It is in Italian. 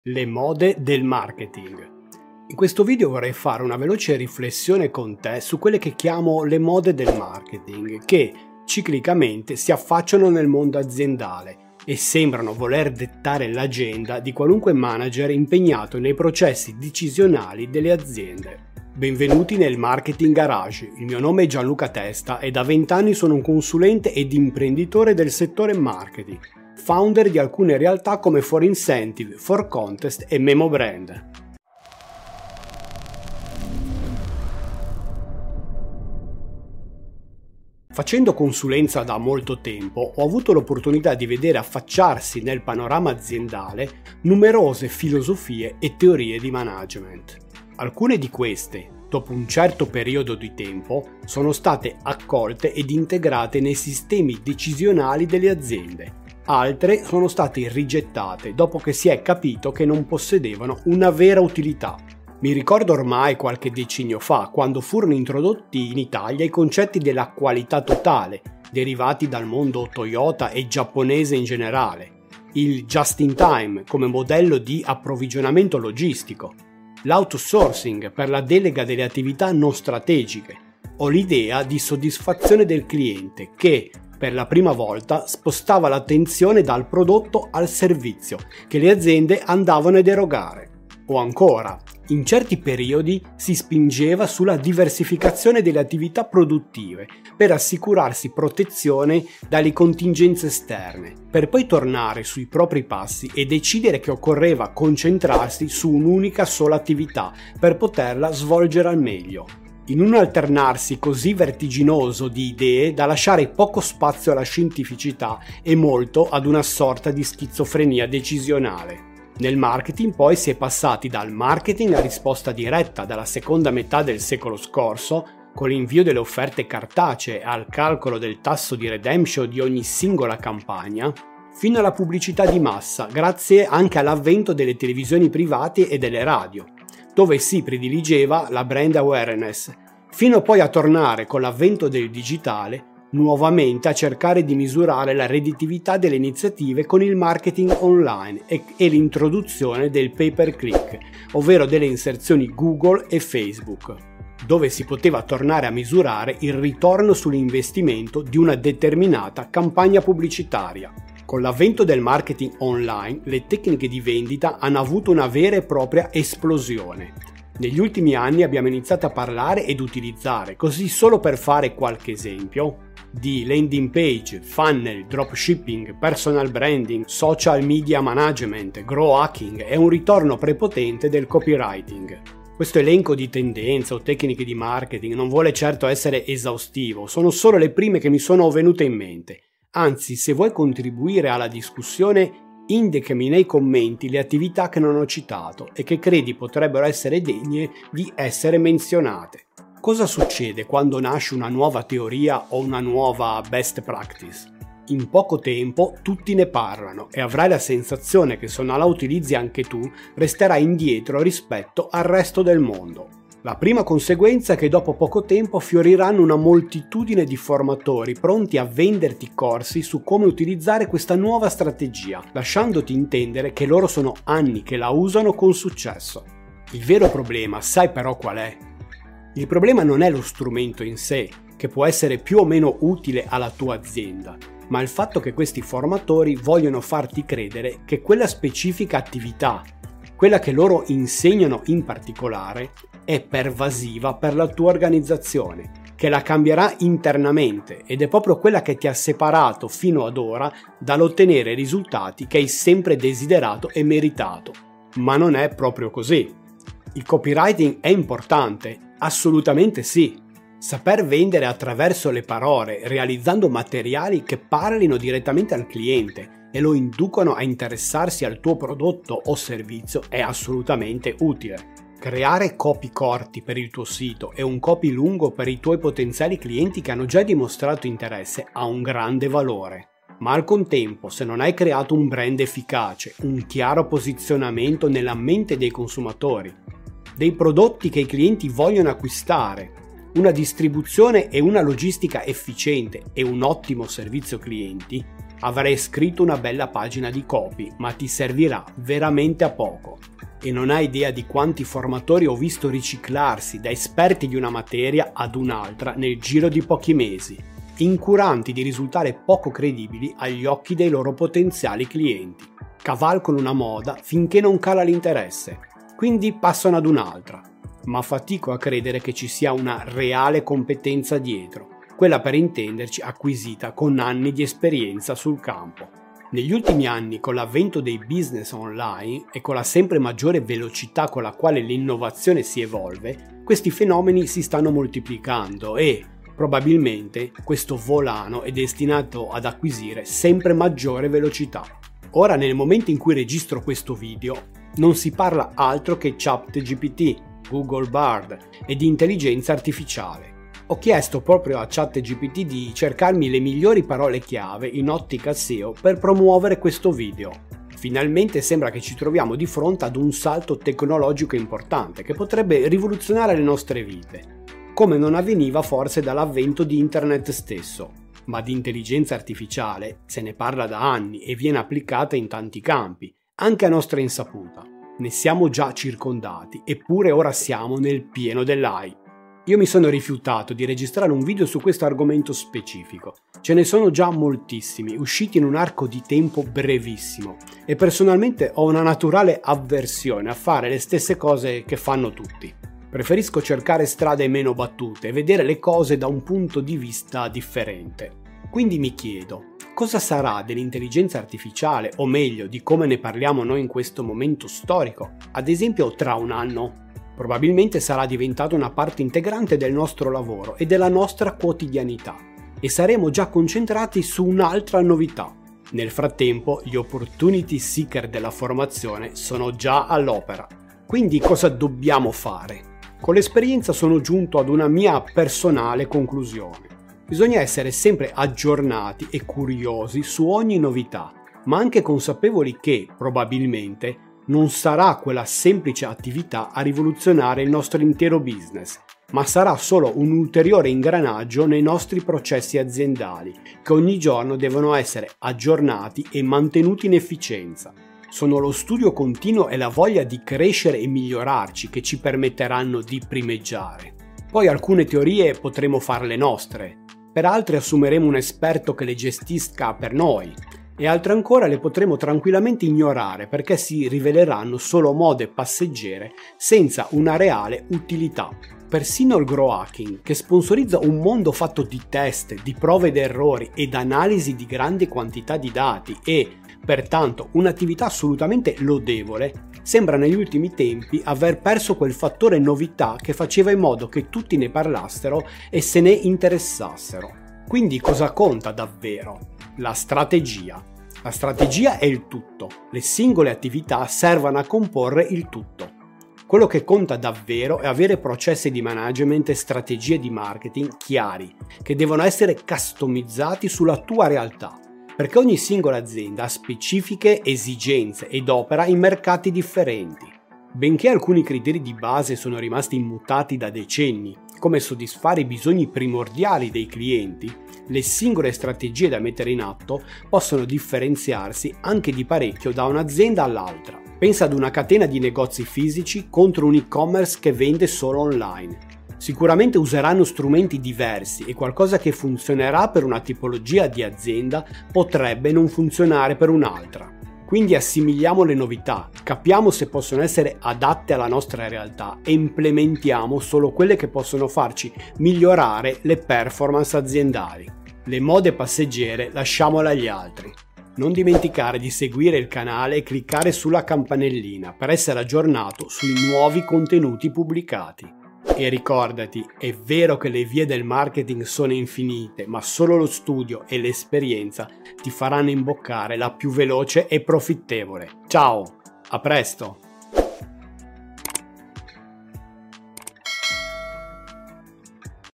Le mode del marketing. In questo video vorrei fare una veloce riflessione con te su quelle che chiamo le mode del marketing, che ciclicamente si affacciano nel mondo aziendale e sembrano voler dettare l'agenda di qualunque manager impegnato nei processi decisionali delle aziende. Benvenuti nel Marketing Garage, il mio nome è Gianluca Testa e da 20 anni sono un consulente ed imprenditore del settore marketing, founder di alcune realtà come For Incentive, For Contest e Memo Brand. Facendo consulenza da molto tempo, ho avuto l'opportunità di vedere affacciarsi nel panorama aziendale numerose filosofie e teorie di management. Alcune di queste, dopo un certo periodo di tempo, sono state accolte ed integrate nei sistemi decisionali delle aziende. Altre sono state rigettate dopo che si è capito che non possedevano una vera utilità. Mi ricordo ormai qualche decennio fa, quando furono introdotti in Italia i concetti della qualità totale, derivati dal mondo Toyota e giapponese in generale, il just in time come modello di approvvigionamento logistico, l'outsourcing per la delega delle attività non strategiche, o l'idea di soddisfazione del cliente che, per la prima volta, spostava l'attenzione dal prodotto al servizio che le aziende andavano ad erogare. O ancora, in certi periodi si spingeva sulla diversificazione delle attività produttive per assicurarsi protezione dalle contingenze esterne, per poi tornare sui propri passi e decidere che occorreva concentrarsi su un'unica sola attività per poterla svolgere al meglio. In un alternarsi così vertiginoso di idee da lasciare poco spazio alla scientificità e molto ad una sorta di schizofrenia decisionale. Nel marketing poi si è passati dal marketing a risposta diretta dalla seconda metà del secolo scorso, con l'invio delle offerte cartacee al calcolo del tasso di redemption di ogni singola campagna, fino alla pubblicità di massa, grazie anche all'avvento delle televisioni private e delle radio, dove si prediligeva la brand awareness, fino poi a tornare con l'avvento del digitale nuovamente a cercare di misurare la redditività delle iniziative con il marketing online e l'introduzione del pay per click, ovvero delle inserzioni Google e Facebook, dove si poteva tornare a misurare il ritorno sull'investimento di una determinata campagna pubblicitaria. Con l'avvento del marketing online, le tecniche di vendita hanno avuto una vera e propria esplosione. Negli ultimi anni abbiamo iniziato a parlare ed utilizzare, così solo per fare qualche esempio, di landing page, funnel, dropshipping, personal branding, social media management, growth hacking e un ritorno prepotente del copywriting. Questo elenco di tendenze o tecniche di marketing non vuole certo essere esaustivo, sono solo le prime che mi sono venute in mente. Anzi, se vuoi contribuire alla discussione, indicami nei commenti le attività che non ho citato e che credi potrebbero essere degne di essere menzionate. Cosa succede quando nasce una nuova teoria o una nuova best practice? In poco tempo tutti ne parlano e avrai la sensazione che se non la utilizzi anche tu, resterai indietro rispetto al resto del mondo. La prima conseguenza è che dopo poco tempo fioriranno una moltitudine di formatori pronti a venderti corsi su come utilizzare questa nuova strategia, lasciandoti intendere che loro sono anni che la usano con successo. Il vero problema, sai però qual è? Il problema non è lo strumento in sé, che può essere più o meno utile alla tua azienda, ma il fatto che questi formatori vogliono farti credere che quella specifica attività, quella che loro insegnano in particolare, è pervasiva per la tua organizzazione, che la cambierà internamente ed è proprio quella che ti ha separato fino ad ora dall'ottenere i risultati che hai sempre desiderato e meritato. Ma non è proprio così. Il copywriting è importante? Assolutamente sì. Saper vendere attraverso le parole, realizzando materiali che parlino direttamente al cliente e lo inducono a interessarsi al tuo prodotto o servizio è assolutamente utile. Creare copy corti per il tuo sito e un copy lungo per i tuoi potenziali clienti che hanno già dimostrato interesse ha un grande valore. Ma al contempo, se non hai creato un brand efficace, un chiaro posizionamento nella mente dei consumatori, dei prodotti che i clienti vogliono acquistare, una distribuzione e una logistica efficiente e un ottimo servizio clienti, Avrai scritto una bella pagina di copy, ma ti servirà veramente a poco. E non hai idea di quanti formatori ho visto riciclarsi da esperti di una materia ad un'altra nel giro di pochi mesi, incuranti di risultare poco credibili agli occhi dei loro potenziali clienti. Cavalcano una moda finché non cala l'interesse, quindi passano ad un'altra. Ma fatico a credere che ci sia una reale competenza dietro, quella per intenderci acquisita con anni di esperienza sul campo. Negli ultimi anni, con l'avvento dei business online e con la sempre maggiore velocità con la quale l'innovazione si evolve, questi fenomeni si stanno moltiplicando e, probabilmente, questo volano è destinato ad acquisire sempre maggiore velocità. Ora, nel momento in cui registro questo video, non si parla altro che ChatGPT, Google Bard e di intelligenza artificiale. Ho chiesto proprio a ChatGPT di cercarmi le migliori parole chiave in ottica SEO per promuovere questo video. Finalmente sembra che ci troviamo di fronte ad un salto tecnologico importante che potrebbe rivoluzionare le nostre vite, come non avveniva forse dall'avvento di Internet stesso. Ma di intelligenza artificiale se ne parla da anni e viene applicata in tanti campi, anche a nostra insaputa. Ne siamo già circondati, eppure ora siamo nel pieno dell'hype. Io mi sono rifiutato di registrare un video su questo argomento specifico. Ce ne sono già moltissimi, usciti in un arco di tempo brevissimo e personalmente ho una naturale avversione a fare le stesse cose che fanno tutti. Preferisco cercare strade meno battute e vedere le cose da un punto di vista differente. Quindi mi chiedo, cosa sarà dell'intelligenza artificiale, o meglio, di come ne parliamo noi in questo momento storico, ad esempio tra un anno? Probabilmente sarà diventata una parte integrante del nostro lavoro e della nostra quotidianità e saremo già concentrati su un'altra novità. Nel frattempo, gli opportunity seeker della formazione sono già all'opera. Quindi cosa dobbiamo fare? Con l'esperienza sono giunto ad una mia personale conclusione. Bisogna essere sempre aggiornati e curiosi su ogni novità, ma anche consapevoli che, probabilmente, non sarà quella semplice attività a rivoluzionare il nostro intero business, ma sarà solo un ulteriore ingranaggio nei nostri processi aziendali, che ogni giorno devono essere aggiornati e mantenuti in efficienza. Sono lo studio continuo e la voglia di crescere e migliorarci che ci permetteranno di primeggiare. Poi alcune teorie potremo farle nostre, per altre assumeremo un esperto che le gestisca per noi, e altre ancora le potremo tranquillamente ignorare perché si riveleranno solo mode passeggere senza una reale utilità. Persino il grow hacking, che sponsorizza un mondo fatto di test, di prove ed errori ed analisi di grandi quantità di dati e, pertanto, un'attività assolutamente lodevole, sembra negli ultimi tempi aver perso quel fattore novità che faceva in modo che tutti ne parlassero e se ne interessassero. Quindi cosa conta davvero? La strategia. La strategia è il tutto, le singole attività servono a comporre il tutto. Quello che conta davvero è avere processi di management e strategie di marketing chiari, che devono essere customizzati sulla tua realtà, perché ogni singola azienda ha specifiche esigenze ed opera in mercati differenti. Benché alcuni criteri di base sono rimasti immutati da decenni, come soddisfare i bisogni primordiali dei clienti, le singole strategie da mettere in atto possono differenziarsi anche di parecchio da un'azienda all'altra. Pensa ad una catena di negozi fisici contro un e-commerce che vende solo online. Sicuramente useranno strumenti diversi e qualcosa che funzionerà per una tipologia di azienda potrebbe non funzionare per un'altra. Quindi assimiliamo le novità, capiamo se possono essere adatte alla nostra realtà e implementiamo solo quelle che possono farci migliorare le performance aziendali. Le mode passeggere lasciamole agli altri. Non dimenticare di seguire il canale e cliccare sulla campanellina per essere aggiornato sui nuovi contenuti pubblicati. E ricordati, è vero che le vie del marketing sono infinite, ma solo lo studio e l'esperienza ti faranno imboccare la più veloce e profittevole. Ciao, a presto!